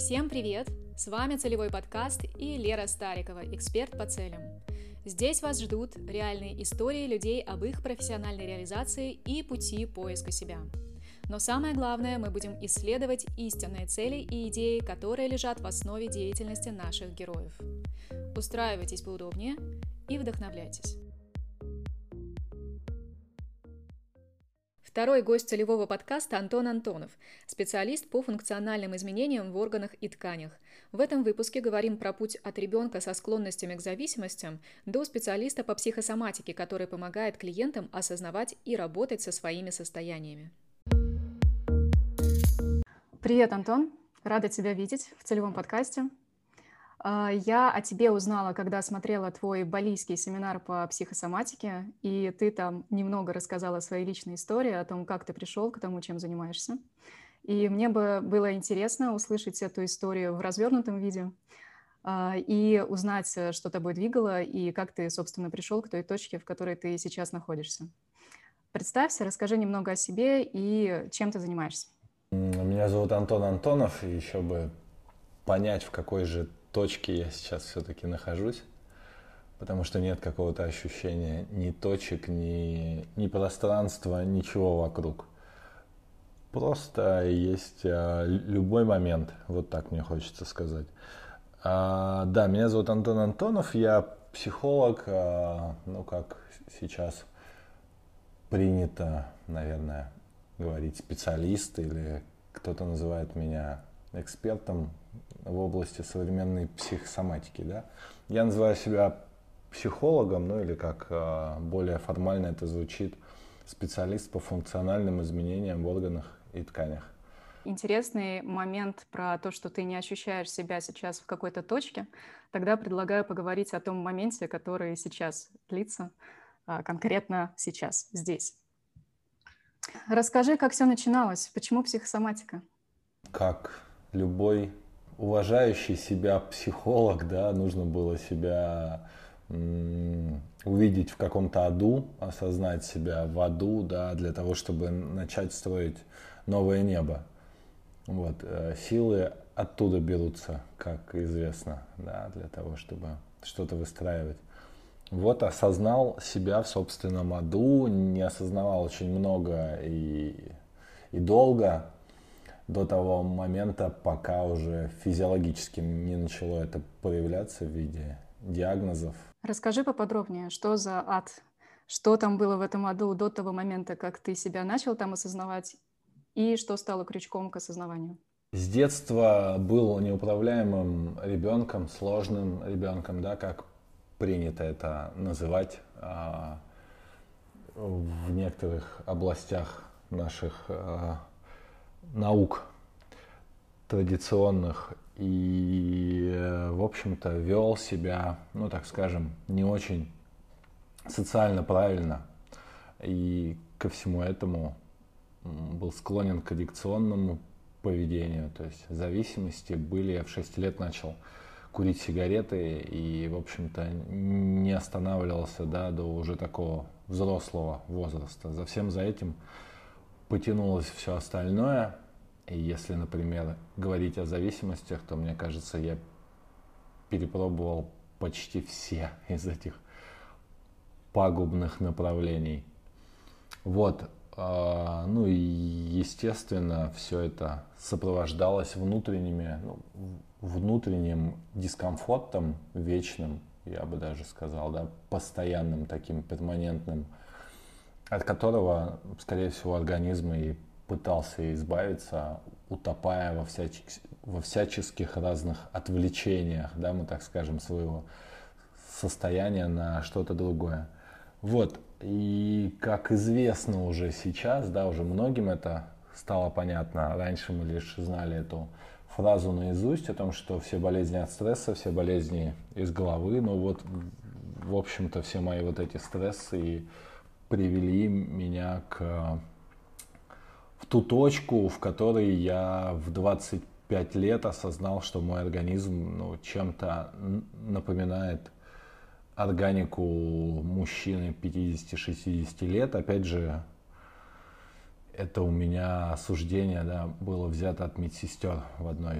Всем привет! С вами Целевой подкаст и Лера Старикова, эксперт по целям. Здесь вас ждут реальные истории людей об их профессиональной реализации и пути поиска себя. Но самое главное, мы будем исследовать истинные цели и идеи, которые лежат в основе деятельности наших героев. Устраивайтесь поудобнее и вдохновляйтесь. Второй гость целевого подкаста Антон Антонов, специалист по функциональным изменениям в органах и тканях. В этом выпуске говорим про путь от ребенка со склонностями к зависимостям до специалиста по психосоматике, который помогает клиентам осознавать и работать со своими состояниями. Привет, Антон! Рада тебя видеть в целевом подкасте. Я о тебе узнала, когда смотрела твой балийский семинар по психосоматике, и ты там немного рассказала о своей личной истории, о том, как ты пришел к тому, чем занимаешься. И мне бы было интересно услышать эту историю в развернутом виде и узнать, что тобой двигало и как ты, собственно, пришел к той точке, в которой ты сейчас находишься. Представься, расскажи немного о себе и чем ты занимаешься. Меня зовут Антон Антонов, и еще бы понять, в какой же точке я сейчас все-таки нахожусь, потому что нет какого-то ощущения ни точек, ни пространства, ничего вокруг. Просто есть любой момент, вот так мне хочется сказать. Да, меня зовут Антон Антонов, я психолог, как сейчас принято, наверное, говорить специалист, или кто-то называет меня экспертом в области современной психосоматики, да. Я называю себя психологом, или как более формально это звучит, специалист по функциональным изменениям в органах и тканях. Интересный момент про то, что ты не ощущаешь себя сейчас в какой-то точке. Тогда предлагаю поговорить о том моменте, который сейчас длится, конкретно сейчас, здесь. Расскажи, как все начиналось, почему психосоматика? Как любой уважающий себя психолог, да, нужно было себя увидеть в каком-то аду, осознать себя в аду, да, для того, чтобы начать строить новое небо. Вот. Силы оттуда берутся, как известно, да, для того, чтобы что-то выстраивать. Вот осознал себя в собственном аду, не осознавал очень много и долго, до того момента, пока уже физиологически не начало это проявляться в виде диагнозов. Расскажи поподробнее, что за ад, что там было в этом аду до того момента, как ты себя начал там осознавать, и что стало крючком к осознаванию? С детства был неуправляемым ребенком, сложным ребенком, да, как принято это называть в некоторых областях наших наук традиционных, и, в общем-то, вел себя, так скажем, не очень социально правильно, и ко всему этому был склонен к аддикционному поведению, то есть зависимости были. Я в 6 лет начал курить сигареты и, в общем-то, не останавливался, да, до уже такого взрослого возраста. За всем за этим потянулось все остальное. И если, например, говорить о зависимостях, то, мне кажется, я перепробовал почти все из этих пагубных направлений. Вот. И, естественно, все это сопровождалось внутренним дискомфортом, вечным, я бы даже сказал, да, постоянным, таким перманентным, от которого, скорее всего, организм и пытался избавиться, утопая во всяческих разных отвлечениях, да, мы так скажем, своего состояния на что-то другое. Вот, и как известно уже сейчас, да, уже многим это стало понятно, раньше мы лишь знали эту фразу наизусть о том, что все болезни от стресса, все болезни из головы, но вот, в общем-то, все мои вот эти стрессы и привели меня в ту точку, в которой я в 25 лет осознал, что мой организм чем-то напоминает органику мужчины 50-60 лет. Опять же, это у меня суждение, да, было взято от медсестер в одной из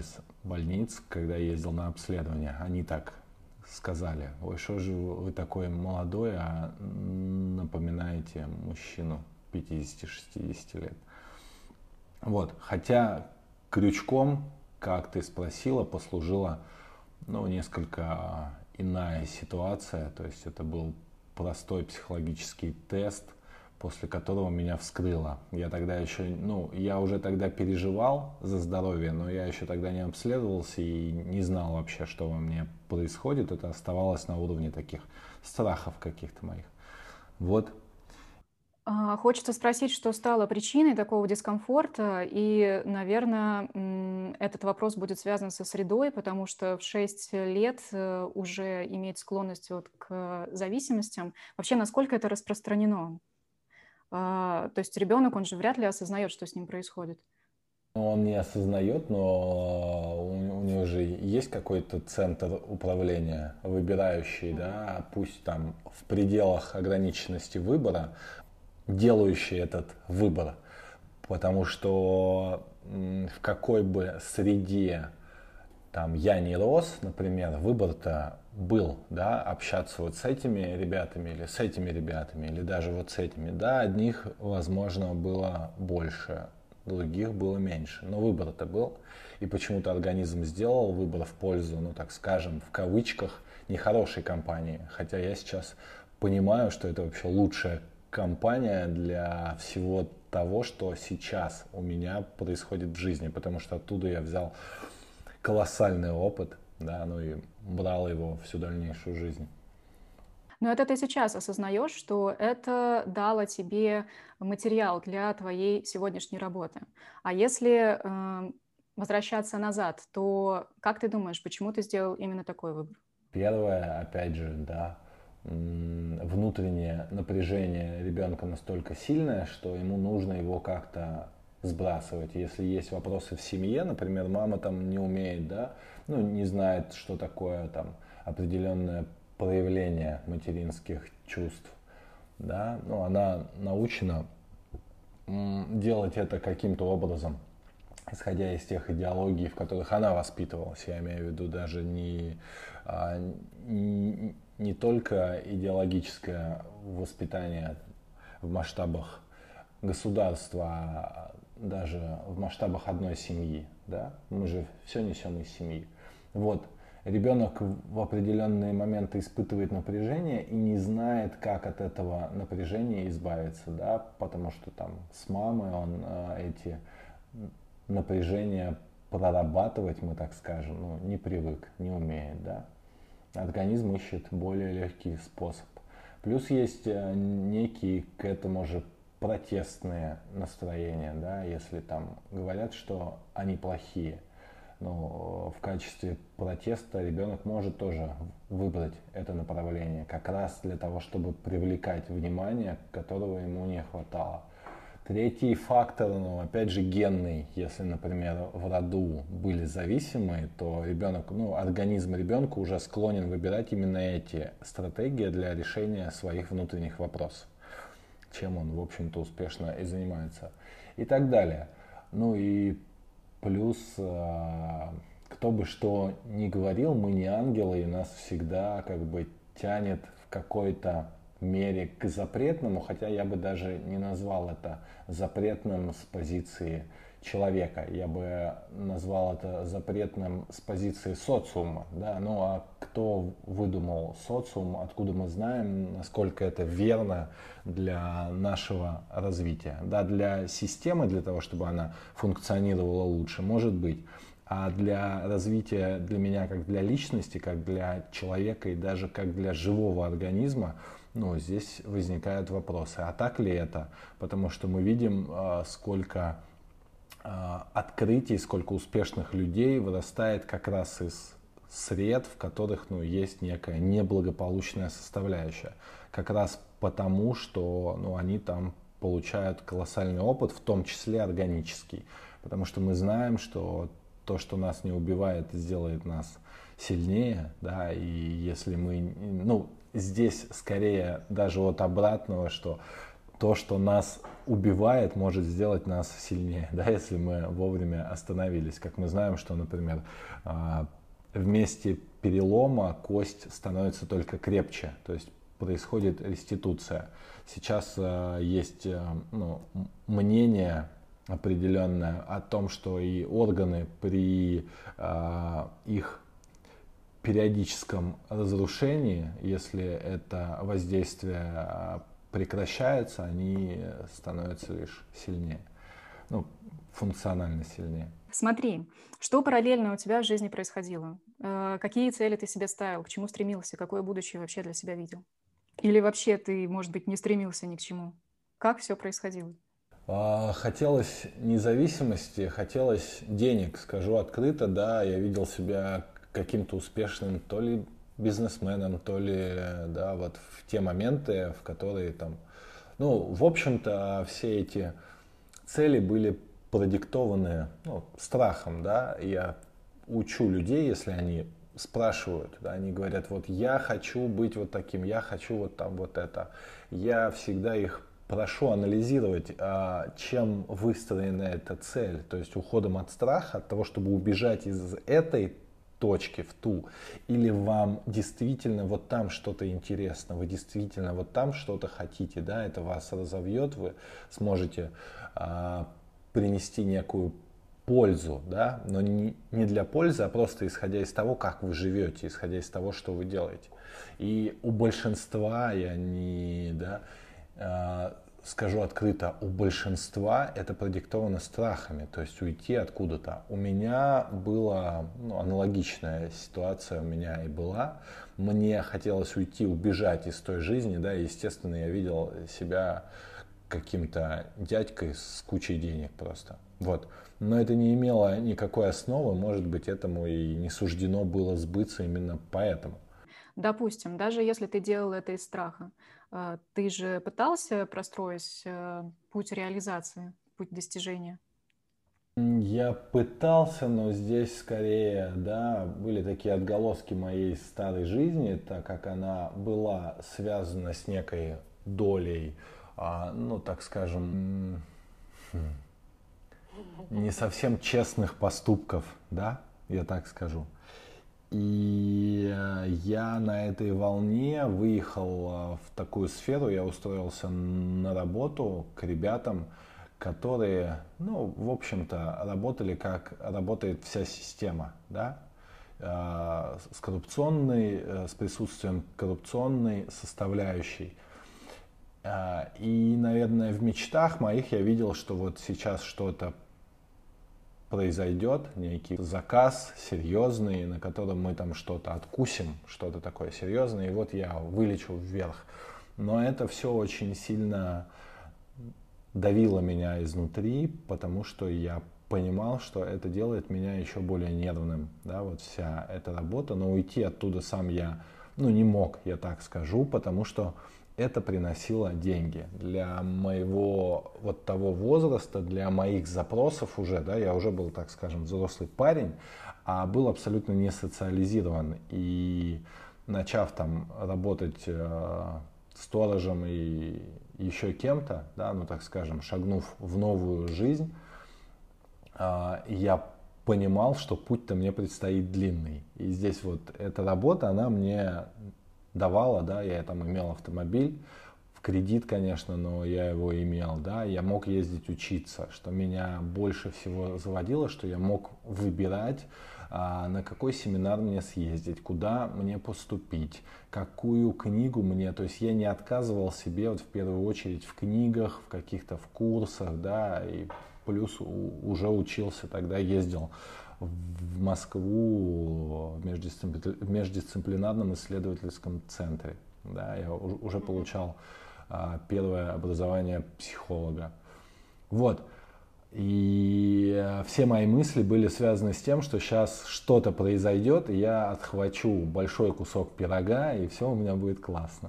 больниц, когда ездил на обследование, они так сказали: ой, что же вы такой молодой, а напоминаете мужчину 50-60 лет. Вот, хотя крючком, как ты спросила, послужила, несколько иная ситуация. То есть это был простой психологический тест, после которого меня вскрыло. Я тогда еще, я уже тогда переживал за здоровье, но я еще тогда не обследовался и не знал вообще, что во мне происходит. Это оставалось на уровне таких страхов каких-то моих. Вот. Хочется спросить, что стало причиной такого дискомфорта, и, наверное, этот вопрос будет связан со средой, потому что в 6 лет уже иметь склонность вот к зависимостям. Вообще, насколько это распространено? То есть ребенок, он же вряд ли осознает, что с ним происходит. Он не осознает, но у него же есть какой-то центр управления, выбирающий, да, пусть там в пределах ограниченности выбора, делающий этот выбор. Потому что в какой бы среде там я не рос, например, выбор-то был, да, общаться вот с этими ребятами или с этими ребятами, или даже вот с этими. Да, одних, возможно, было больше, других было меньше, но выбор-то был. И почему-то организм сделал выбор в пользу, так скажем, в кавычках, нехорошей компании. Хотя я сейчас понимаю, что это вообще лучшая компания для всего того, что сейчас у меня происходит в жизни, потому что оттуда я взял колоссальный опыт, да, и брал его всю дальнейшую жизнь. Но это ты сейчас осознаешь, что это дало тебе материал для твоей сегодняшней работы. А если возвращаться назад, то как ты думаешь, почему ты сделал именно такой выбор? Первое, опять же, да, внутреннее напряжение ребенка настолько сильное, что ему нужно его как-то сбрасывать. Если есть вопросы в семье, например, мама там не умеет, да, не знает, что такое там определенное проявление материнских чувств, да, она научена делать это каким-то образом, исходя из тех идеологий, в которых она воспитывалась. Я имею в виду даже не только идеологическое воспитание в масштабах государства, а даже в масштабах одной семьи. Да? Мы же все несем из семьи. Вот. Ребенок в определенные моменты испытывает напряжение и не знает, как от этого напряжения избавиться, да? Потому что там с мамой он эти напряжения прорабатывать, мы так скажем, не привык, не умеет, да? Организм ищет более легкий способ. Плюс есть некие к этому же протестные настроения, да, если там говорят, что они плохие. Но в качестве протеста ребенок может тоже выбрать это направление, как раз для того, чтобы привлекать внимание, которого ему не хватало. Третий фактор, опять же, генный. Если, например, в роду были зависимые, то ребенок, организм ребенка уже склонен выбирать именно эти стратегии для решения своих внутренних вопросов, чем он, в общем-то, успешно и занимается. И так далее. И плюс, кто бы что ни говорил, мы не ангелы, и нас всегда тянет в какой-то мере к запретному, хотя я бы даже не назвал это запретным с позиции человека, я бы назвал это запретным с позиции социума, да, а кто выдумал социум, откуда мы знаем, насколько это верно для нашего развития, да, для системы, для того, чтобы она функционировала лучше, может быть, а для развития, для меня как для личности, как для человека и даже как для живого организма, здесь возникают вопросы, а так ли это? Потому что мы видим, сколько открытий, сколько успешных людей вырастает как раз из сред, в которых есть некая неблагополучная составляющая. Как раз потому, что они там получают колоссальный опыт, в том числе органический. Потому что мы знаем, что то, что нас не убивает, сделает нас сильнее, да, и если мы, здесь скорее даже от обратного, что то, что нас убивает, может сделать нас сильнее, да, если мы вовремя остановились. Как мы знаем, что, например, в месте перелома кость становится только крепче, то есть происходит реституция. Сейчас есть мнение определенное о том, что и органы при их периодическом разрушении, если это воздействие прекращается, они становятся лишь сильнее, функционально сильнее. Смотри, что параллельно у тебя в жизни происходило? Какие цели ты себе ставил, к чему стремился, какое будущее вообще для себя видел? Или вообще ты, может быть, не стремился ни к чему? Как все происходило? Хотелось независимости, хотелось денег, скажу открыто, да, я видел себя каким-то успешным то ли бизнесменом, то ли, да, вот в те моменты, в которые там, в общем-то, все эти цели были продиктованы, страхом, да, я учу людей, если они спрашивают, да, они говорят, вот я хочу быть вот таким, я хочу вот там вот это, я всегда их прошу анализировать, чем выстроена эта цель, то есть уходом от страха, от того, чтобы убежать из этой точки в ту, или вам действительно вот там что-то интересно, вы действительно вот там что-то хотите, да, это вас разовьет, вы сможете принести некую пользу, да, но не для пользы, а просто исходя из того, как вы живете, исходя из того, что вы делаете. И у большинства, скажу открыто, у большинства это продиктовано страхами, то есть уйти откуда-то. У меня была аналогичная ситуация, у меня и была. Мне хотелось уйти, убежать из той жизни, да, и, естественно, я видел себя каким-то дядькой с кучей денег просто. Вот. Но это не имело никакой основы, может быть, этому и не суждено было сбыться именно поэтому. Допустим, даже если ты делал это из страха, ты же пытался простроить путь реализации, путь достижения? Я пытался, но здесь скорее, да, были такие отголоски моей старой жизни, так как она была связана с некой долей, так скажем, не совсем честных поступков, да, я так скажу. И я на этой волне выехал в такую сферу, я устроился на работу к ребятам, которые, в общем-то, работали, как работает вся система, да, с присутствием коррупционной составляющей. И, наверное, в мечтах моих я видел, что вот сейчас что-то произойдет, некий заказ серьезный, на котором мы там что-то откусим, что-то такое серьезное, и вот я вылечу вверх. Но это все очень сильно давило меня изнутри, потому что я понимал, что это делает меня еще более нервным, да, вот вся эта работа, но уйти оттуда сам я, не мог, я так скажу, потому что это приносило деньги. Для моего вот того возраста, для моих запросов уже, да, я уже был, так скажем, взрослый парень, а был абсолютно не социализирован. И начав там работать сторожем и еще кем-то, да, так скажем, шагнув в новую жизнь, я понимал, что путь-то мне предстоит длинный. И здесь вот эта работа, она мне давала, да, я там имел автомобиль, в кредит, конечно, но я его имел, да, я мог ездить учиться, что меня больше всего заводило, что я мог выбирать, на какой семинар мне съездить, куда мне поступить, какую книгу мне, то есть я не отказывал себе вот в первую очередь в книгах, в каких-то в курсах, да, и плюс уже учился, тогда ездил в Москву в междисциплинарном исследовательском центре. Да, я уже получал первое образование психолога. Вот. И все мои мысли были связаны с тем, что сейчас что-то произойдет, и я отхвачу большой кусок пирога, и все у меня будет классно.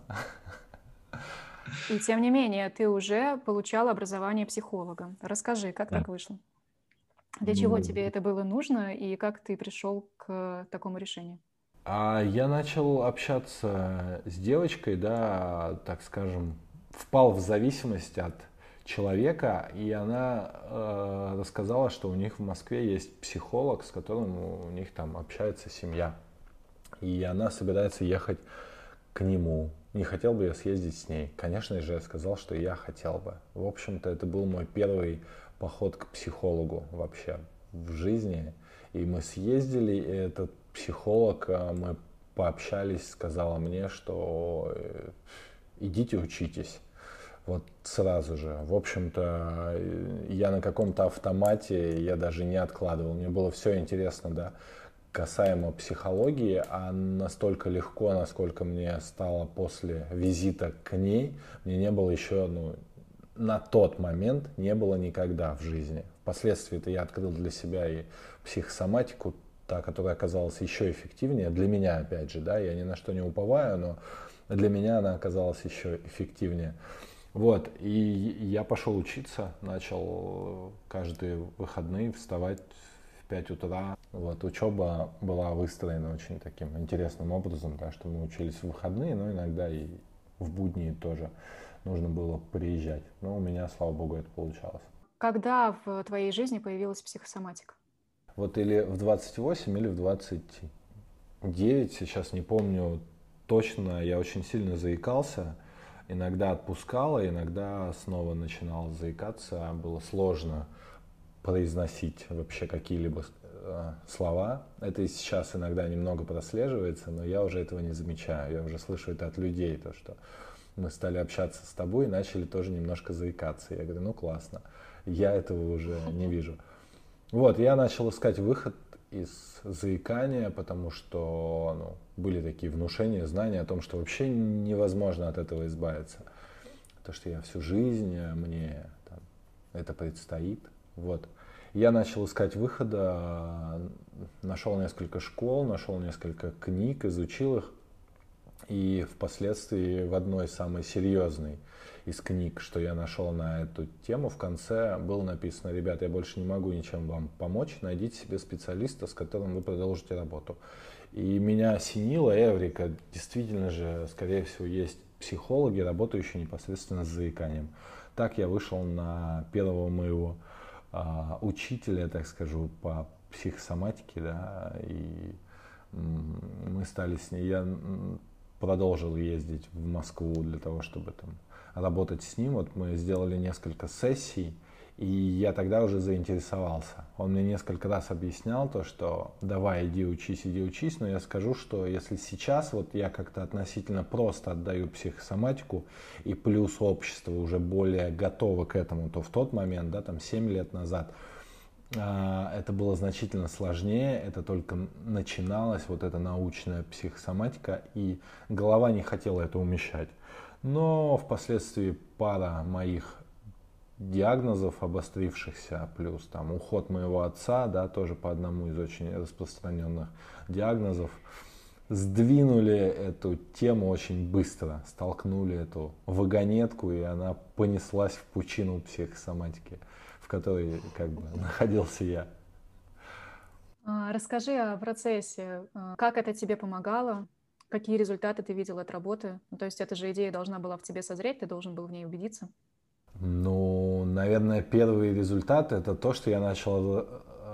И тем не менее, ты уже получал образование психолога. Расскажи, как так вышло? Для чего тебе это было нужно и как ты пришел к такому решению? Я начал общаться с девочкой, да, так скажем, впал в зависимость от человека, и она рассказала, что у них в Москве есть психолог, с которым у них там общается семья. И она собирается ехать к нему. Не хотел бы я съездить с ней? Конечно же, я сказал, что я хотел бы. В общем-то, это был мой первый поход к психологу вообще в жизни. И мы съездили, и этот психолог, мы пообщались, сказала мне, что идите учитесь. Вот сразу же. В общем-то, я на каком-то автомате, я даже не откладывал. Мне было все интересно, да, касаемо психологии, а настолько легко, насколько мне стало после визита к ней, мне не было еще, на тот момент не было никогда в жизни. Впоследствии-то я открыл для себя и психосоматику, та, которая оказалась еще эффективнее. Для меня, опять же, да, я ни на что не уповаю, но для меня она оказалась еще эффективнее. Вот, и я пошел учиться, начал каждые выходные вставать в 5 утра. Вот, учеба была выстроена очень таким интересным образом, да, что мы учились в выходные, но иногда и в будни тоже нужно было приезжать. Но у меня, слава богу, это получалось. Когда в твоей жизни появилась психосоматика? Вот или в 28, или в 29, сейчас не помню точно, я очень сильно заикался. Иногда отпускала, иногда снова начинал заикаться. Было сложно произносить вообще какие-либо слова. Это и сейчас иногда немного прослеживается, но я уже этого не замечаю. Я уже слышу это от людей, то, что мы стали общаться с тобой и начали тоже немножко заикаться. Я говорю, ну классно, я этого уже не вижу. Вот, я начал искать выход из заикания, потому что были такие внушения, знания о том, что вообще невозможно от этого избавиться. То, что я всю жизнь, мне там, это предстоит. Вот. Я начал искать выхода, нашел несколько школ, нашел несколько книг, изучил их. И впоследствии в одной самой серьезной из книг, что я нашел на эту тему, в конце было написано: ребят, я больше не могу ничем вам помочь, найдите себе специалиста, с которым вы продолжите работу. И меня осенило, эврика, действительно же, скорее всего, есть психологи, работающие непосредственно с заиканием. Так я вышел на первого моего учителя, так скажу, по психосоматике, да, и мы стали с ней, я продолжил ездить в Москву для того, чтобы там работать с ним. Вот мы сделали несколько сессий, и я тогда уже заинтересовался. Он мне несколько раз объяснял то, что давай, иди учись, но я скажу, что если сейчас вот я как-то относительно просто отдаю психосоматику, и плюс общество уже более готово к этому, то в тот момент, да, там 7 лет назад, это было значительно сложнее, это только начиналась вот эта научная психосоматика, и голова не хотела это умещать. Но впоследствии пара моих диагнозов обострившихся, плюс там уход моего отца, да, тоже по одному из очень распространенных диагнозов, сдвинули эту тему очень быстро, столкнули эту вагонетку, и она понеслась в пучину психосоматики, в которой как бы находился я. Расскажи о процессе, как это тебе помогало, какие результаты ты видел от работы? Ну, то есть эта же идея должна была в тебе созреть, ты должен был в ней убедиться. Ну, наверное, первый результат — это то, что я начал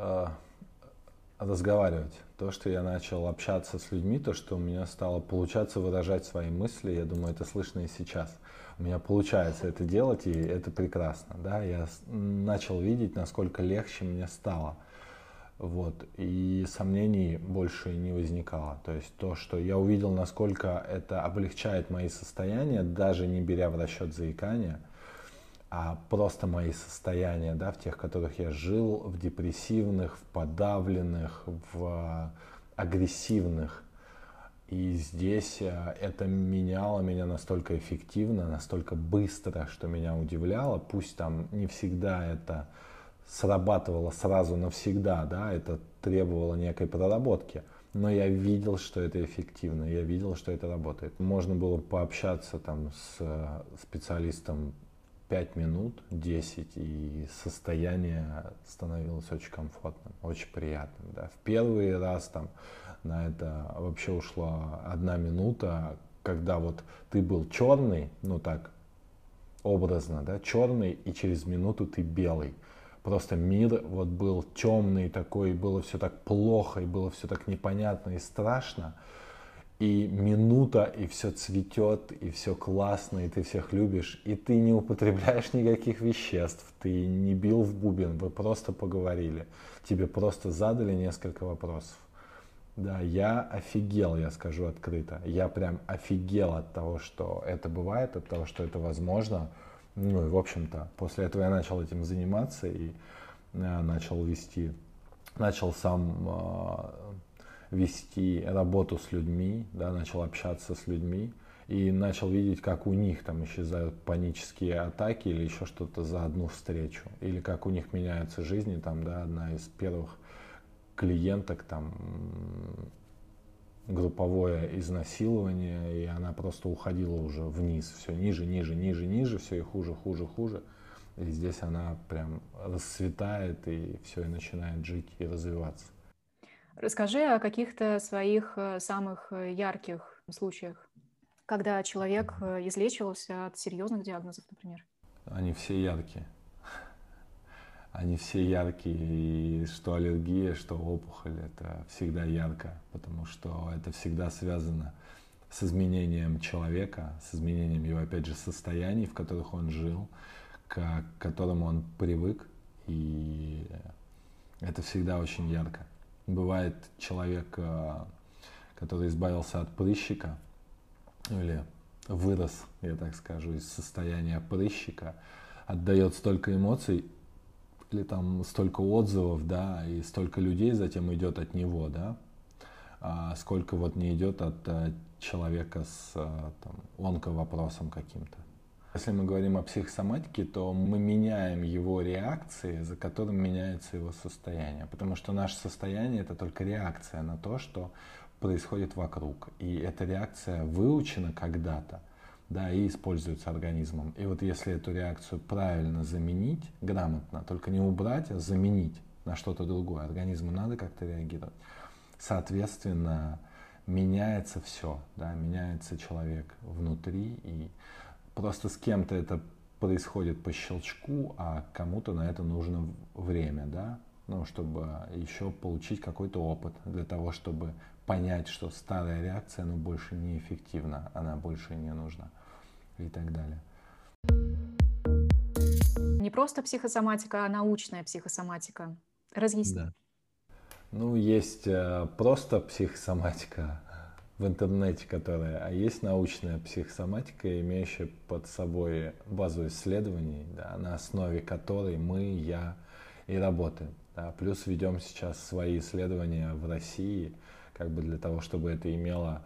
разговаривать, то, что я начал общаться с людьми, то, что у меня стало получаться выражать свои мысли. Я думаю, это слышно и сейчас. У меня получается это делать, и это прекрасно. Да? Я начал видеть, насколько легче мне стало. Вот. И сомнений больше не возникало. То есть то, что я увидел, насколько это облегчает мои состояния, даже не беря в расчет заикания, а просто мои состояния, да, в тех, в которых я жил, в депрессивных, в подавленных, в агрессивных. И здесь это меняло меня настолько эффективно, настолько быстро, что меня удивляло. Пусть там не всегда это срабатывало сразу навсегда, да, это требовало некой проработки. Но я видел, что это эффективно, я видел, что это работает. Можно было пообщаться там с специалистом 5 минут, 10, и состояние становилось очень комфортным, очень приятным. Да. В первый раз там на это вообще ушла 1 минута, когда вот ты был черный, ну так, образно, да, черный, и через минуту ты белый. Просто мир вот был темный такой, было все так плохо, и было все так непонятно и страшно. И минута, и все цветет, и все классно, и ты всех любишь, и ты не употребляешь никаких веществ, ты не бил в бубен, вы просто поговорили, тебе просто задали несколько вопросов. Да, я офигел, я скажу открыто. Я прям офигел от того, что это бывает, от того, что это возможно. Ну и, в общем-то, после этого я начал этим заниматься и начал сам вести работу с людьми, да, начал общаться с людьми и начал видеть, как у них там исчезают панические атаки или еще что-то за одну встречу, или как у них меняются жизни, там, да, одна из первых клиенток, там, групповое изнасилование, и она просто уходила уже вниз, все ниже, ниже, ниже, ниже, все и хуже, хуже, хуже. И здесь она прям расцветает, и все, и начинает жить и развиваться. Расскажи о каких-то своих самых ярких случаях, когда человек излечивался от серьезных диагнозов, например. Они все яркие. Они все яркие, и что аллергия, что опухоль, это всегда ярко, потому что это всегда связано с изменением человека, с изменением его, опять же, состояний, в которых он жил, к которому он привык, и это всегда очень ярко. Бывает человек, который избавился от прыщика, или вырос, я так скажу, из состояния прыщика, отдает столько эмоций, или там столько отзывов, да, и столько людей затем идет от него, да, а сколько вот не идет от человека с там, онковопросом каким-то. Если мы говорим о психосоматике, то мы меняем его реакции, за которым меняется его состояние, потому что наше состояние — это только реакция на то, что происходит вокруг, и эта реакция выучена когда-то, да, и используется организмом. И вот если эту реакцию правильно заменить, грамотно, только не убрать, а заменить на что-то другое, организму надо как-то реагировать, соответственно, меняется все, да, меняется человек внутри, и просто с кем-то это происходит по щелчку, а кому-то на это нужно время, да, ну, чтобы еще получить какой-то опыт для того, чтобы понять, что старая реакция, она больше не эффективна, она больше не нужна и так далее. Не просто психосоматика, а научная психосоматика. Разъясни. Да. Ну, есть просто психосоматика в интернете, а есть научная психосоматика, имеющая под собой базу исследований, да, на основе которой мы, я и работаем. Да. Плюс ведем сейчас свои исследования в России, как бы для того, чтобы это имело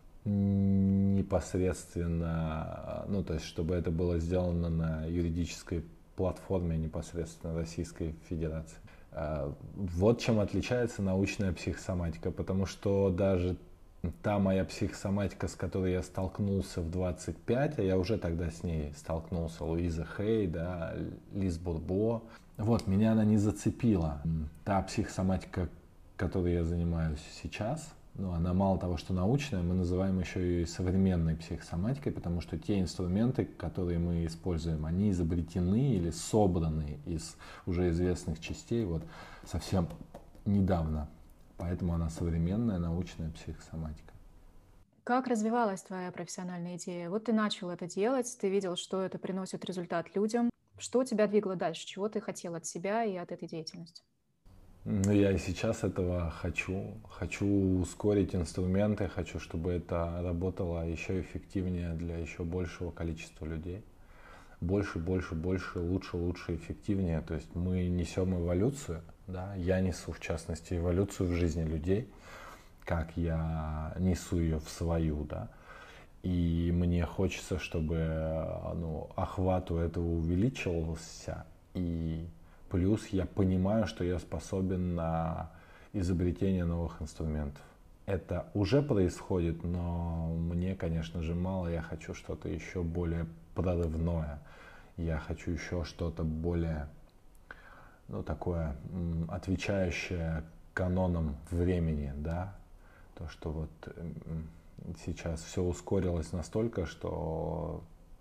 непосредственно, ну, то есть, чтобы это было сделано на юридической платформе непосредственно Российской Федерации. Вот чем отличается научная психосоматика, потому что даже та моя психосоматика, с которой я столкнулся в 25, а я уже тогда с ней столкнулся, Луиза Хей, да, Лиз Бурбо, вот, меня она не зацепила. Та психосоматика, которой я занимаюсь сейчас, ну, она мало того, что научная, мы называем еще ее и современной психосоматикой, потому что те инструменты, которые мы используем, они изобретены или собраны из уже известных частей вот совсем недавно. Поэтому она современная научная психосоматика. Как развивалась твоя профессиональная идея? Вот ты начал это делать, ты видел, что это приносит результат людям. Что тебя двигало дальше? Чего ты хотел от себя и от этой деятельности? Ну, я и сейчас этого хочу. Хочу ускорить инструменты, хочу, чтобы это работало еще эффективнее для еще большего количества людей. Больше, больше, больше, лучше, лучше, эффективнее. То есть мы несем эволюцию, да, я несу в частности эволюцию в жизни людей, как я несу ее в свою, да. И мне хочется, чтобы охват у этого увеличивался, и плюс я понимаю, что я способен на изобретение новых инструментов. Это уже происходит, но мне, конечно же, мало. Я хочу что-то еще более прорывное. Я хочу еще что-то более, такое, отвечающее канонам времени, да. То, что вот сейчас все ускорилось настолько, что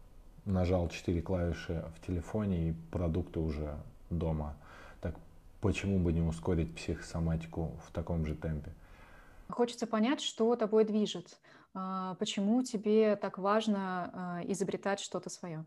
нажал 4 клавиши в телефоне и продукты уже дома. Так почему бы не ускорить психосоматику в таком же темпе? Хочется понять, что тобой движет. Почему тебе так важно изобретать что-то свое?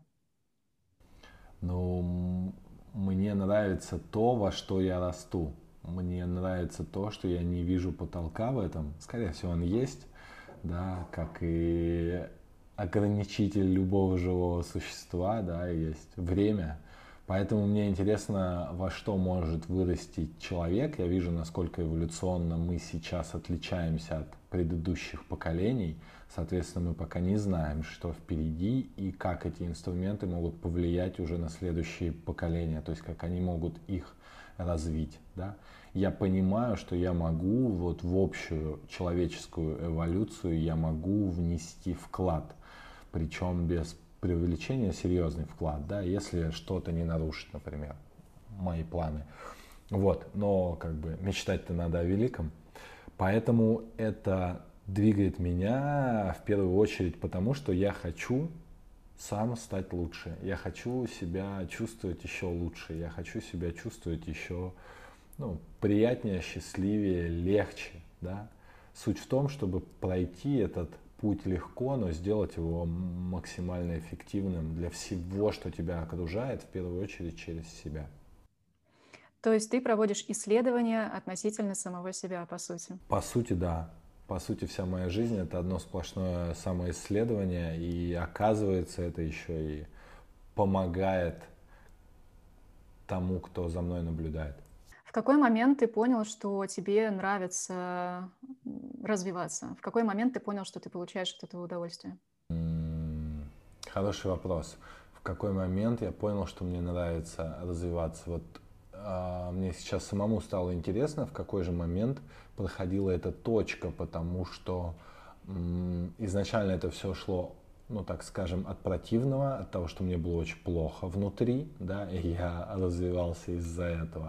Ну, мне нравится то, во что я расту. Мне нравится то, что я не вижу потолка в этом. Скорее всего, он есть, да, как и ограничитель любого живого существа, да, есть время. Поэтому мне интересно, во что может вырасти человек. Я вижу, насколько эволюционно мы сейчас отличаемся от предыдущих поколений. Соответственно, мы пока не знаем, что впереди и как эти инструменты могут повлиять уже на следующие поколения, то есть как они могут их развить. Да? Я понимаю, что я могу вот в общую человеческую эволюцию, я могу внести вклад, причем без преувеличения серьезный вклад, да, если что-то не нарушит, например, мои планы. Вот, но как бы мечтать-то надо о великом. Поэтому это двигает меня в первую очередь потому, что я хочу сам стать лучше. Я хочу себя чувствовать еще лучше. Я хочу себя чувствовать еще приятнее, счастливее, легче. Да? Суть в том, чтобы пройти этот путь легко, но сделать его максимально эффективным для всего, что тебя окружает, в первую очередь через себя. То есть ты проводишь исследования относительно самого себя, по сути. По сути, да. По сути, вся моя жизнь — это одно сплошное самоисследование, и оказывается, это еще и помогает тому, кто за мной наблюдает. В какой момент ты понял, что тебе нравится развиваться? В какой момент ты понял, что ты получаешь от этого удовольствие? Хороший вопрос. В какой момент я понял, что мне нравится развиваться? Вот мне сейчас самому стало интересно, в какой же момент проходила эта точка, потому что изначально это все шло, так скажем, от противного, от того, что мне было очень плохо внутри, да, и я развивался из-за этого.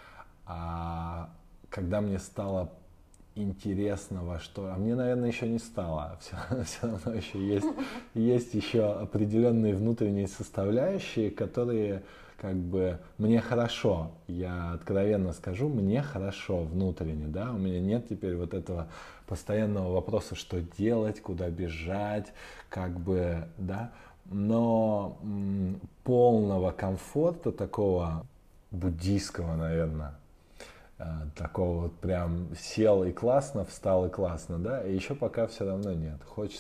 А когда мне стало интересно во что, а мне, наверное, еще не стало, все равно еще есть еще определенные внутренние составляющие, которые как бы мне хорошо, я откровенно скажу, мне хорошо внутренне, да, у меня нет теперь вот этого постоянного вопроса, что делать, куда бежать, как бы, да, но полного комфорта такого буддийского, наверное, такого вот прям сел и классно, встал и классно, да, и еще пока все равно нет.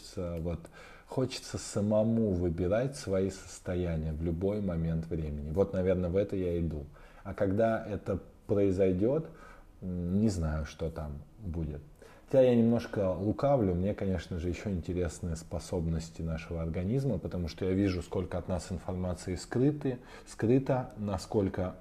Хочется самому выбирать свои состояния в любой момент времени. Вот, наверное, в это я иду. А когда это произойдет, не знаю, что там будет. Хотя я немножко лукавлю, мне, конечно же, еще интересны способности нашего организма, потому что я вижу, сколько от нас информации скрыто, насколько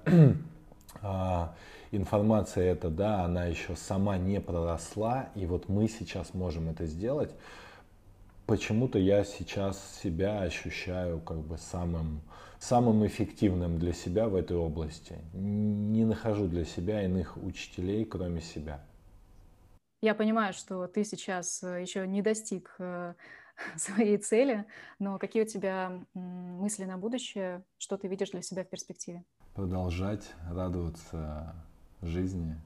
информация эта, да, она еще сама не проросла, и вот мы сейчас можем это сделать. Почему-то я сейчас себя ощущаю как бы самым эффективным для себя в этой области. Не нахожу для себя иных учителей, кроме себя. Я понимаю, что ты сейчас еще не достиг своей цели, но какие у тебя мысли на будущее, что ты видишь для себя в перспективе? Продолжать радоваться жизни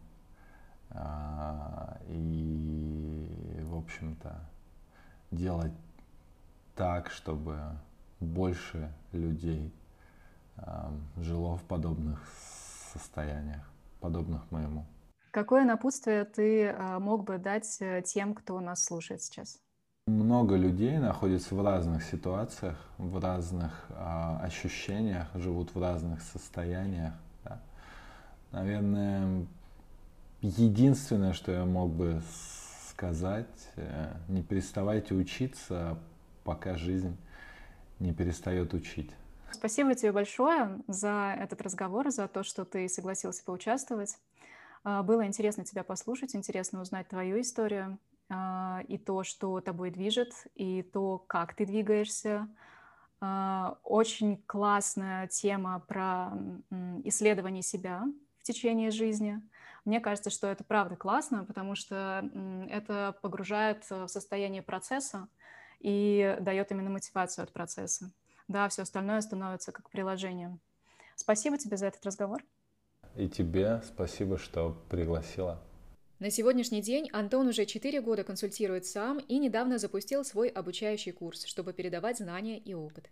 и, в общем-то, делать так, чтобы больше людей жило в подобных состояниях, подобных моему. Какое напутствие ты мог бы дать тем, кто нас слушает сейчас? Много людей находятся в разных ситуациях, в разных ощущениях, живут в разных состояниях. Да. Наверное, единственное, что я мог бы сказать, не переставайте учиться, пока жизнь не перестает учить. Спасибо тебе большое за этот разговор, за то, что ты согласился поучаствовать. Было интересно тебя послушать, интересно узнать твою историю и то, что тобой движет, и то, как ты двигаешься. Очень классная тема про исследование себя в течение жизни. Мне кажется, что это правда классно, потому что это погружает в состояние процесса и дает именно мотивацию от процесса. да, все остальное становится как приложением. Спасибо тебе за этот разговор. И тебе спасибо, что пригласила. На сегодняшний день Антон уже 4 года консультирует сам и недавно запустил свой обучающий курс, чтобы передавать знания и опыт.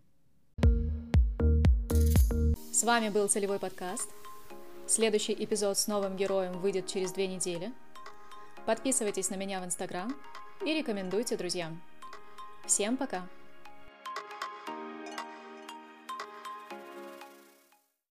С вами был Целевой подкаст. Следующий эпизод с новым героем выйдет через 2 недели. Подписывайтесь на меня в Инстаграм и рекомендуйте друзьям. Всем пока!